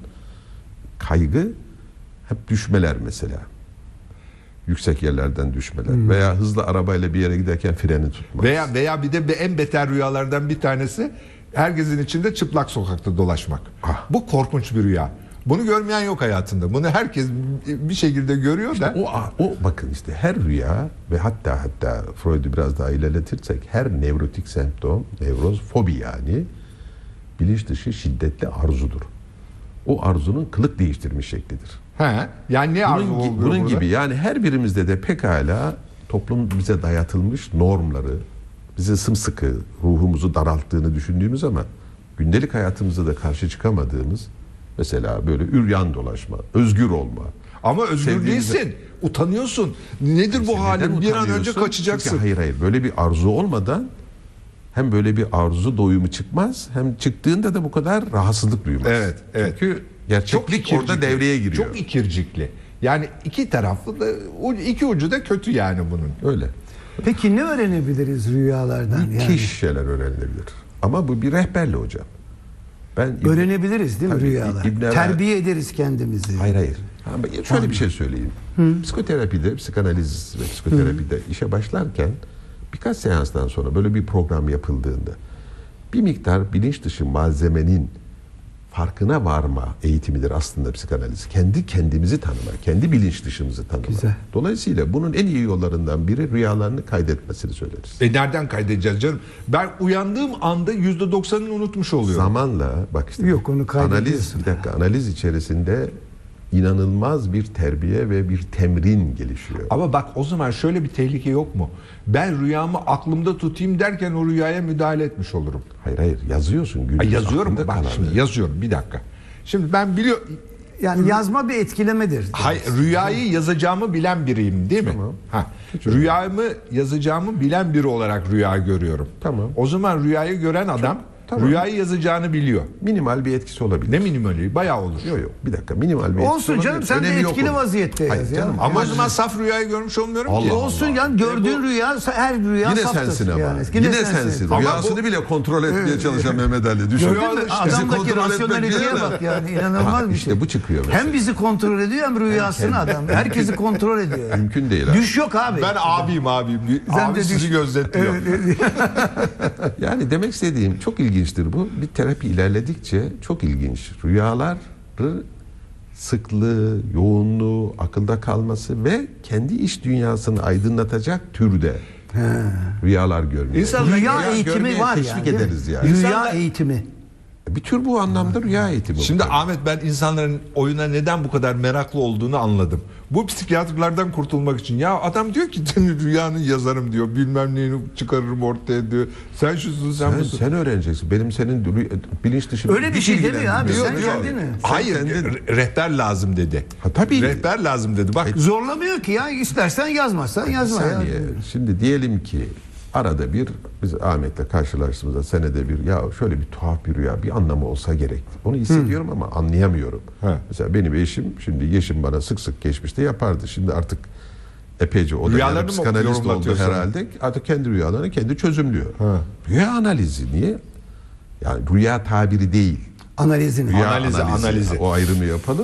kaygı, hep düşmeler mesela. Yüksek yerlerden düşmeler veya hızlı arabayla bir yere giderken freni tutmak. Veya veya bir de be- en beter rüyalardan bir tanesi herkesin içinde çıplak sokakta dolaşmak. Ah. Bu korkunç bir rüya. Bunu görmeyen yok hayatında. Bunu herkes bir şekilde görüyor da. O, o bakın işte her rüya ve hatta hatta Freud'u biraz daha ilerletirsek her nevrotik semptom, nevroz, fobi yani bilinç dışı şiddetli arzudur. O arzunun kılık değiştirmiş şeklidir. He, yani ne arzu Bunun, gi- oluyor bunun burada? gibi yani her birimizde de pekala toplum bize dayatılmış normları, bize sımsıkı ruhumuzu daralttığını düşündüğümüz ama gündelik hayatımızda da karşı çıkamadığımız mesela böyle üryan dolaşma, özgür olma. Ama özgür Sevdiğimize- değilsin. Utanıyorsun. Nedir bu Neden halin? Bir an önce utanıyorsun? kaçacaksın. Çünkü hayır hayır böyle bir arzu olmadan hem böyle bir arzu doyumu çıkmaz hem çıktığında da bu kadar rahatsızlık duymaz. Evet, evet. Çünkü gerçeklik ikircikli. orada devreye giriyor. Çok ikircikli. Yani iki taraflı da u- iki ucu da kötü yani bunun. Öyle. Peki ne öğrenebiliriz rüyalardan? Yani? Müthiş şeyler öğrenilebilir. Ama bu bir rehberle hocam. Ben Öğrenebiliriz değil mi Tabii, rüyalar? İbn Arabi- Terbiye ederiz kendimizi. Hayır hayır. Ama şöyle bir şey söyleyeyim. Psikoterapide, psikanaliz ve psikoterapide işe başlarken birkaç seanstan sonra böyle bir program yapıldığında bir miktar bilinç dışı malzemenin farkına varma eğitimidir aslında psikanaliz. Kendi kendimizi tanıma, kendi bilinç dışımızı tanıma. Güzel. Dolayısıyla bunun en iyi yollarından biri rüyalarını kaydetmesini söyleriz. E nereden kaydedeceğiz canım? Ben uyandığım anda yüzde doksanını unutmuş oluyorum. Zamanla bak işte Yok, onu analiz kaydediyorsun. bir dakika analiz içerisinde inanılmaz bir terbiye ve bir temrin gelişiyor. Ama bak o zaman şöyle bir tehlike yok mu? Ben rüyamı aklımda tutayım derken o rüyaya müdahale etmiş olurum. Hayır hayır yazıyorsun. Ay gündüz yazıyorum aklında bak kalanı. şimdi yazıyorum bir dakika. Şimdi ben biliyorum Yani yazma bir etkilemedir. Hayır, rüyayı yazacağımı bilen biriyim değil mi? Tamam. Ha, rüyamı yazacağımı bilen biri olarak rüya görüyorum. Tamam. O zaman rüyayı gören adam tamam. rüyayı yazacağını biliyor. Minimal bir etkisi olabilir. Ne minimali? Bayağı olur. Yok yok bir dakika minimal bir etkisi Olsun olabilir. canım, sen de Önemi yok etkili onun. vaziyette yaz Hayır ya. canım, Ama o zaman saf rüyayı görmüş olmuyorum ki. Allah Olsun yani gördüğün rüya, her rüya Yine saftır. sensin ama. Yani. Yine, sensin. Ama Rüyasını bu- bile kontrol etmeye çalışan Mehmet Ali. Düşün. Gördün mü? Bizi Adamdaki kontrol etmek rasyoneliteye bir yana. bak yani, inanılmaz bir İşte şey. bu çıkıyor mesela. Hem bizi kontrol ediyor hem rüyasını adam. Herkesi kontrol ediyor. Yani. Mümkün değil abi. Düş yok abi. Ben abiyim abiyim. Sen Abi de sizi düş- gözetliyor. Yani demek istediğim çok ilginçtir bu. Bir terapi ilerledikçe çok ilginç. Rüyaları sıklığı, yoğunluğu, akılda kalması ve kendi iç dünyasını aydınlatacak türde rüyalar görmeye. İnsan Rüya Rüya eğitimi görmeye var teşvik yani. değil mi? ederiz yani. Rüya İnsanlar- eğitimi. Bir tür bu anlamda rüya eğitimi. Şimdi bu. Ahmet, ben insanların oyuna neden bu kadar meraklı olduğunu anladım. Bu psikiyatrlardan kurtulmak için. Ya adam diyor ki senin rüyanı yazarım diyor. Bilmem neyini çıkarırım ortaya diyor. Sen şusun sen, sen, busun. sen öğreneceksin. Benim senin rü- bilinç dışı Öyle bir şey demiyor abi. ilgilendirmiyor. Sen Diyor, kendin mi? Hayır, kendin. re- rehber lazım dedi. Ha, tabii. Rehber lazım dedi. Bak Zorlamıyor ki ya. İstersen yazmazsan Bir yazma ya. saniye. Şimdi diyelim ki arada bir biz Ahmet'le karşılaştığımızda senede bir ya şöyle bir tuhaf bir rüya bir anlamı olsa gerek. Onu hissediyorum ama anlayamıyorum. He. Mesela benim eşim şimdi Yeşim bana sık sık geçmişte yapardı. Şimdi artık epeyce o da Rüyalarını yani mı psikanalist oldu yorumlatıyor sana? herhalde. Artık kendi rüyalarını kendi çözümlüyor. Rüya analizi niye? Yani rüya tabiri değil. Analizini. Rüya Analizi, analizi. O ayrımı yapalım.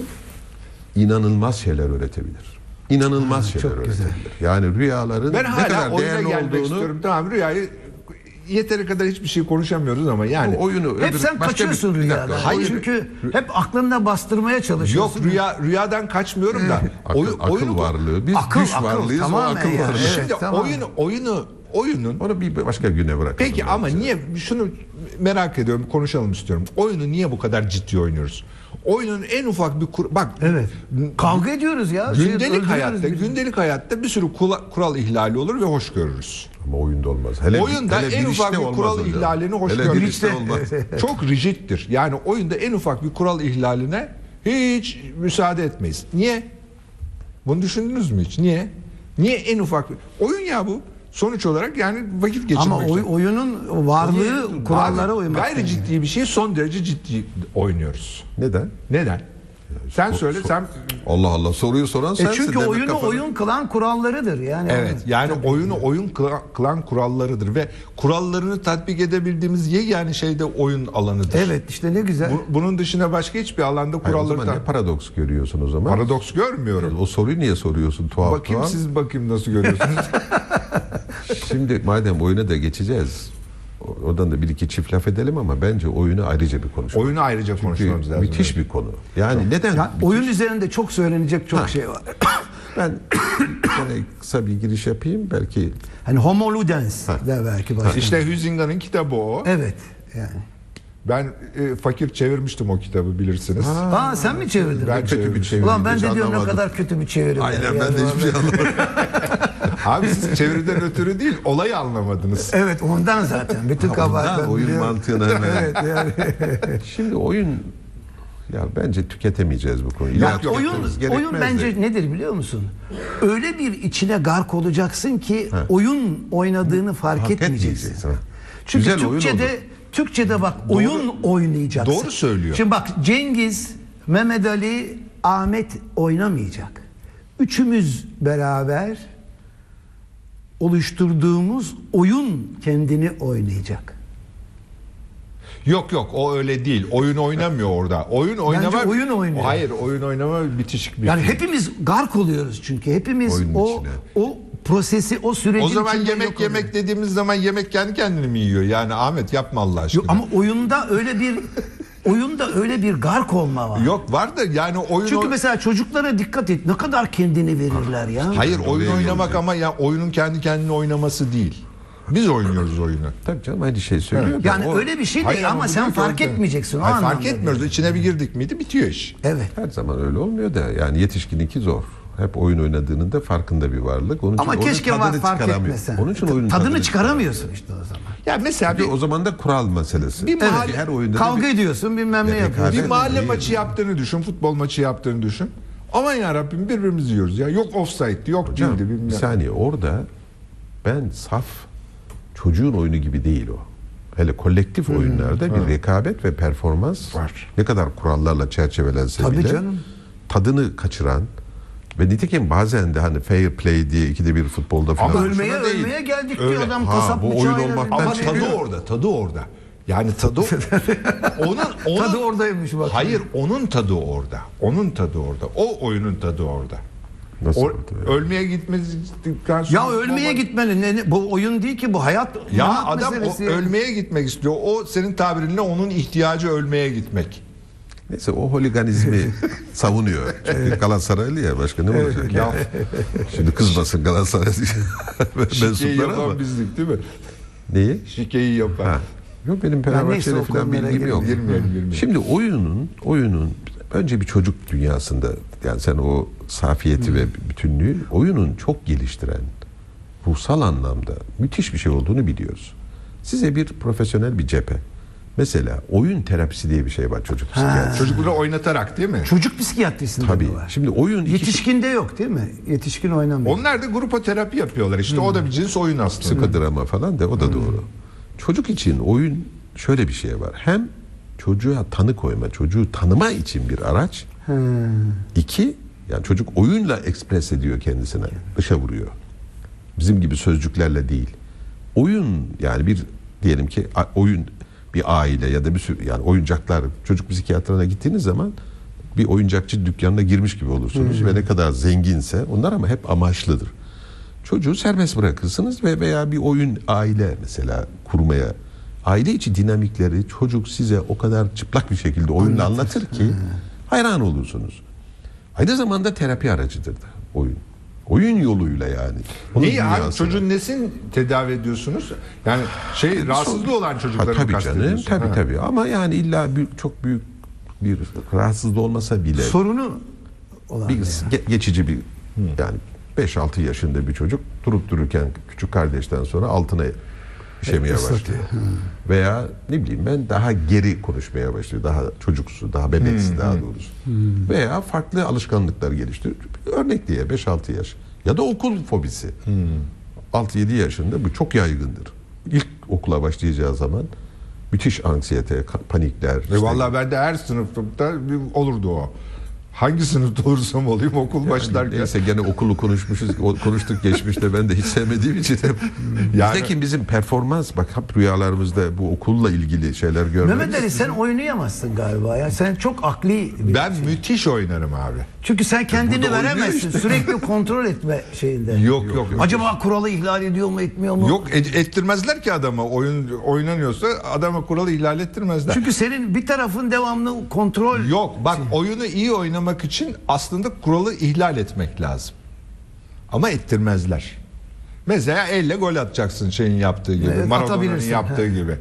İnanılmaz şeyler öğretebilir. İnanılmaz şeyler çok güzel. öğretebilir. Yani rüyaların ben ne hala kadar oyuna değerli gelmek olduğunu istiyorum. Tamam, rüyayı yeteri kadar hiçbir şey konuşamıyoruz ama yani. o oyunu Hep öbür- sen başka kaçıyorsun bir- bir dakika. rüyadan. Hayır. Çünkü hep aklında bastırmaya Yok, çalışıyorsun. rüya rüyadan kaçmıyorum da. Akıl, Oy- akıl oyunu- varlığı. Biz Akıl, düş akıl, varlığıyız, tamamen o akıl yani. varlığı. Evet, Şimdi tamam. oyunu oyunu oyunun Onu bir başka güne bırakalım. Peki bence. ama niye, şunu merak ediyorum, konuşalım istiyorum. Oyunu niye bu kadar ciddi oynuyoruz? Oyunun en ufak bir kur, bak Evet. Kavga ediyoruz ya. Şey, gündelik öldürüyoruz hayatta bizi. gündelik hayatta bir sürü kula- kural ihlali olur ve hoş görürüz. Ama oyunda olmaz. Hele, Oyunda hele en bir ufak işte bir olmaz kural hocam. ihlalini hoş Hele görürüz. bir işte olmaz. Çok rigiddir. Yani oyunda en ufak bir kural ihlaline hiç müsaade etmeyiz. Niye? Bunu düşündünüz mü hiç? Niye? Niye en ufak bir... Oyun ya bu. Sonuç olarak yani vakit geçirmek. Ama oy, için. oyunun varlığı Abi, kurallara uymak. Gayri yani. ciddi bir şey son derece ciddi oynuyoruz. Neden? Neden? Sen so- söyle so- sen. Allah Allah soruyu soran E sensin. çünkü demek oyunu kafanı- oyun kılan kurallarıdır yani. Evet, yani oyunu oyun kıla- kılan kurallarıdır ve kurallarını tatbik edebildiğimiz yegane şey de oyun alanıdır. Evet işte ne güzel. Bu- bunun dışında başka hiçbir alanda Hayır, o kuralları zaman ne ta- paradoks görüyorsun o zaman? paradoks görmüyorum. O soruyu niye soruyorsun tuhaf Bakayım tuhaf? siz bakayım nasıl görüyorsunuz. Şimdi madem oyuna da geçeceğiz. o- Oradan da bir iki çift laf edelim ama bence oyunu ayrıca bir konuşalım. Oyunu ayrıca Çünkü konuşmamız lazım. müthiş bir konu. Yani neden? Ya, müthiş? oyun üzerinde çok söylenecek çok şey var. Ben şöyle kısa bir giriş yapayım. Belki Hani Homo Ludens de belki başka. İşte Huizinga'nın kitabı o. Evet yani. Ben e, fakir çevirmiştim o kitabı, bilirsiniz. Aa sen mi çevirdin? Ben kötü bir çeviri. Ulan ben hiç de diyorum ne anlamadım. kadar kötü bir çeviri. Aynen yani. ben de hiçbir şey anlamadım. Abi siz çeviriden ötürü değil, olayı anlamadınız. Evet ondan zaten. Bütün kabahat Ondan ben oyun biliyorum. mantığına hemen. Evet yani. Şimdi oyun ya bence tüketemeyeceğiz bu konuyu. Ya İlla oyun tüketmemiz gerekmez oyun de. bence nedir biliyor musun? Öyle bir içine gark olacaksın ki oyun oynadığını fark, Fark etmeyeceksin. etmeyeceksin, ha. Çünkü Güzel oyun Türkçe'de olur. Türkçe'de bak oyun oynayacaksın. doğru söylüyor. Şimdi bak Cengiz, Mehmet Ali, Ahmet oynamayacak. Üçümüz beraber oluşturduğumuz oyun kendini oynayacak. Yok yok, o öyle değil. Oyun oynamıyor orada. Oyun oynama. oyun oynuyor. Hayır, oyun oynama bitişik bir Yani şey. hepimiz gark oluyoruz çünkü hepimiz Oyunun o içine. o prosesi, o sürecin O zaman içinde yemek yok yemek oluyor. dediğimiz zaman yemek kendi kendini mi yiyor? Yani Ahmet yapma Allah aşkına. Yok, ama oyunda öyle bir oyunda öyle bir gark olma var. Yok var da yani oyun Çünkü oy- mesela çocuklara dikkat et. Ne kadar kendini verirler ya. Hayır, oyun Oraya oynamak yolluyor. ama ya oyunun kendi kendine oynaması değil. Biz oynuyoruz oyunu. Tabii canım aynı şey söylüyor. da Yani o öyle bir şey Hayır değil ama bu sen diyor ki fark oyun- etmeyeceksin o Hayır, anlamda. fark etmiyoruz. İçine bir girdik miydi bitiyor iş. Evet. her zaman öyle olmuyor da yani yetişkininki zor. Hep oyun oynadığının da farkında bir varlık. Onun için Ama onun keşke var tadını fark çıkaramıyor. etmesen. Onun için oyunun tadını tadını çıkaramıyorsun işte o zaman. Ya mesela Bir de bir, o zaman da kural meselesi. Bir mahalle- her oyunda da Kavga bir- ediyorsun bilmem ne Ya yapıyorsun. bir rekabet- mahalle değil. maçı yaptığını düşün, futbol maçı yaptığını düşün. Aman ya Rabbim birbirimizi yiyoruz ya. Yok offside'di, yok Hocam, değildi bilmem. bir saniye orada ben saf çocuğun oyunu gibi değil o. Hele kolektif oyunlarda bir rekabet ve performans Var. ne kadar kurallarla çerçevelense Tabii bile canım. tadını kaçıran ve nitekim bazen de hani fair play diye ikide bir futbolda falan. Ama Ölmeye şuna değil. ölmeye geldik Öyle. diyor adam Ha, kasap bu oyun bıçağıyla. olmaktan Ama bilmem ne. tadı orada, tadı orada. Yani tadı onun onun Tadı oradaymış bak. Hayır, onun tadı orada. Onun tadı orada. O oyunun tadı orada. Nasıl O- orada ya? ölmeye gitmedikten sonra Ya ölmeye gitmeli. Ne, ne- bu oyun değil ki bu hayat. Ya hayat adam meselesi o ya. ölmeye gitmek istiyor. O senin tabirinle onun ihtiyacı ölmeye gitmek. Neyse o holiganizmi savunuyor. Çünkü Galatasaraylı ya başka ne olacak? Ya Şimdi kızmasın Galatasaray şikeyi mensupları yapan ama. bizdik değil mi? Neyi? Şikeyi yapan. Ha. Yok benim neyse, Fenerbahçe'yle o falan konulara bilgim yok. Girmeyelim, girmeyelim. Şimdi oyunun oyunun önce bir çocuk dünyasında yani sen o safiyeti ve bütünlüğü oyunun çok geliştiren ruhsal anlamda müthiş bir şey olduğunu biliyoruz. Size bir profesyonel bir cephe. Mesela oyun terapisi diye bir şey var çocuk psikiyatrisi. Çocukları oynatarak değil mi? Çocuk psikiyatrisinde Tabii. mi var? Şimdi oyun iki- Yetişkinde yok değil mi? Yetişkin oynamıyor. Onlar da grupoterapi yapıyorlar işte. O da bir cins oyun aslında. psikodrama falan da o da doğru. Çocuk için oyun şöyle bir şey var. Hem çocuğa tanı koyma, çocuğu tanıma için bir araç. He. İki, yani çocuk oyunla ekspres ediyor kendisine. Dışa vuruyor. Bizim gibi sözcüklerle değil. Oyun yani bir diyelim ki a- oyun bir aile ya da bir sürü yani oyuncaklar çocuk psikiyatrına gittiğiniz zaman bir oyuncakçı dükkanına girmiş gibi olursunuz ve ne kadar zenginse onlar ama hep amaçlıdır. Çocuğu serbest bırakırsınız ve veya bir oyun aile mesela kurmaya aile içi dinamikleri çocuk size o kadar çıplak bir şekilde oyunla anlatır ki hayran olursunuz. Aynı zamanda terapi aracıdır da oyun. Oyun yoluyla yani. Onun Neyi abi? dünyasına. Çocuğun nesini tedavi ediyorsunuz? Yani şey rahatsızlığı olan Ha, çocukları mı tabii canım, kastediyorsun? tabii Ha. tabii. Ama yani illa büyük, çok büyük bir rahatsızlığı olmasa bile Sorunu olan bir ne ya? ge- geçici bir yani beş altı yaşında bir çocuk durup dururken küçük kardeşten sonra altına işemeye başlıyor. Veya ne bileyim ben daha geri konuşmaya başlıyor. Daha çocuksu, daha bebeksi daha doğrusu. Veya farklı alışkanlıklar geliştiriyor. Örnek diye beş altı yaş. Ya da okul fobisi. altı yedi yaşında bu çok yaygındır. İlk okula başlayacağı zaman müthiş anksiyete, ka- panikler. Ve işte- vallahi ben de her sınıfta bir olurdu o. Hangi sınıfta olursam olayım okul başlarken. Neyse gene okulu konuşmuşuz, o- konuştuk geçmişte ben de hiç sevmediğim için hep. Yani- Bizdeki bizim performans bak hep rüyalarımızda bu okulla ilgili şeyler görmemiz. Mehmet Ali sen oynayamazsın galiba ya. Sen çok akli bir Ben şey. müthiş oynarım abi. Çünkü sen kendini burada oynuyor veremezsin. işte. Sürekli kontrol etme şeyinde. Yok yok. yok. Acaba kuralı ihlal ediyor mu etmiyor mu? Yok et- ettirmezler ki adama. Oyun oynanıyorsa adama kuralı ihlal ettirmezler. Çünkü senin bir tarafın devamlı kontrol. Yok bak oyunu iyi oynamak için aslında kuralı ihlal etmek lazım. Ama ettirmezler. Mesela elle gol atacaksın şeyin yaptığı gibi. Evet, Maradona'nın atabilirsin. yaptığı He. gibi.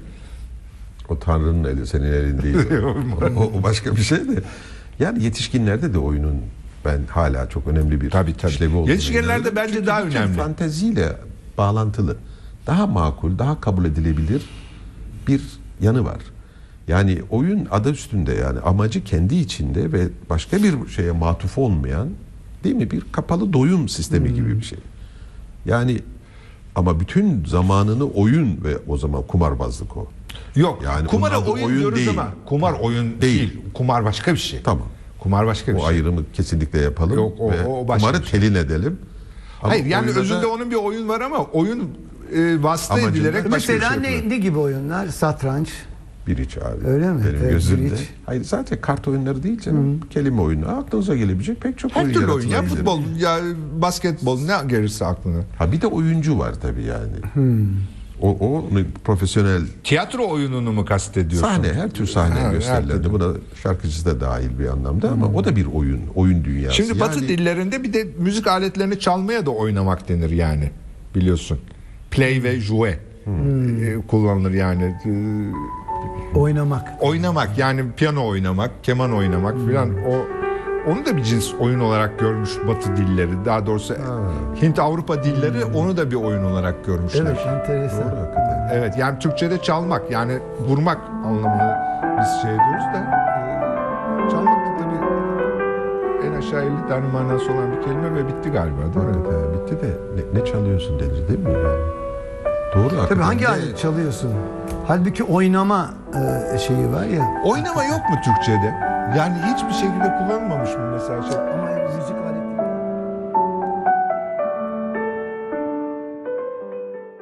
O Tanrı'nın eli senin elin değil. o, o başka bir şey de. Yani yetişkinlerde de oyunun ben hala çok önemli bir Tabii, tabii. işlevi olduğunu Yetişkinlerde inanıyorum. bence Çünkü daha bütün önemli. fanteziyle bağlantılı. Daha makul, daha kabul edilebilir bir yanı var. Yani oyun adı üstünde yani amacı kendi içinde ve başka bir şeye matuf olmayan değil mi bir kapalı doyum sistemi gibi bir şey. Yani ama bütün zamanını oyun ve o zaman kumarbazlık o. Yok Yani kumara onun adı oyun, oyun diyoruz değil. ama kumar oyun değil. Değil. Kumar başka bir şey. Tamam. Kumar başka bir O şey. ayrımı kesinlikle yapalım Yok, o- ve o başka kumarı bir şey. telin edelim. Ama Hayır yani oyunda özünde da onun bir oyun var ama oyun e, vasıta Amacından edilerek başka bir Mesela şey ne, yapıyor. ne gibi oyunlar? Satranç. biriç abi. Öyle mi? Benim Evet, gözümde. biriç. Hayır zaten kart oyunları değil canım. Kelime oyunu. Aklınıza gelebilecek pek çok Her oyun türlü oyun ya yaratılabilir. futbol ya basketbol ne gelirse aklına. Ha bir de oyuncu var tabii yani. O, o onu profesyonel Tiyatro oyununu mu kastediyorsun? sahne her tür sahne Ha, her gösterilendi. türlü. Buna şarkıcısı da dahil bir anlamda ama o da bir oyun. Oyun dünyası. Şimdi Batı Yani- dillerinde bir de müzik aletlerini çalmaya da oynamak denir yani biliyorsun. Play ve jouer e, kullanılır yani. E, Oynamak. oynamak yani piyano oynamak, keman oynamak filan o onu da bir cins oyun olarak görmüş Batı dilleri. Daha doğrusu Hint Avrupa dilleri onu da bir oyun olarak görmüşler. Evet, enteresan. Doğru hakikaten. Evet, yani Türkçe'de çalmak, yani vurmak anlamını biz şey ediyoruz da e, çalmak da tabii en aşağı elli tane manası olan bir kelime ve bitti galiba, değil mi? Evet, evet, bitti de ne, ne çalıyorsun denir değil mi? Yani? Doğru hakikaten. Tabii hangi Ne- alet çalıyorsun? Halbuki oynama e, şeyi var ya. Oynama yok mu Türkçe'de? Yani hiçbir şekilde kullanılmamış mı mesela şey? Ama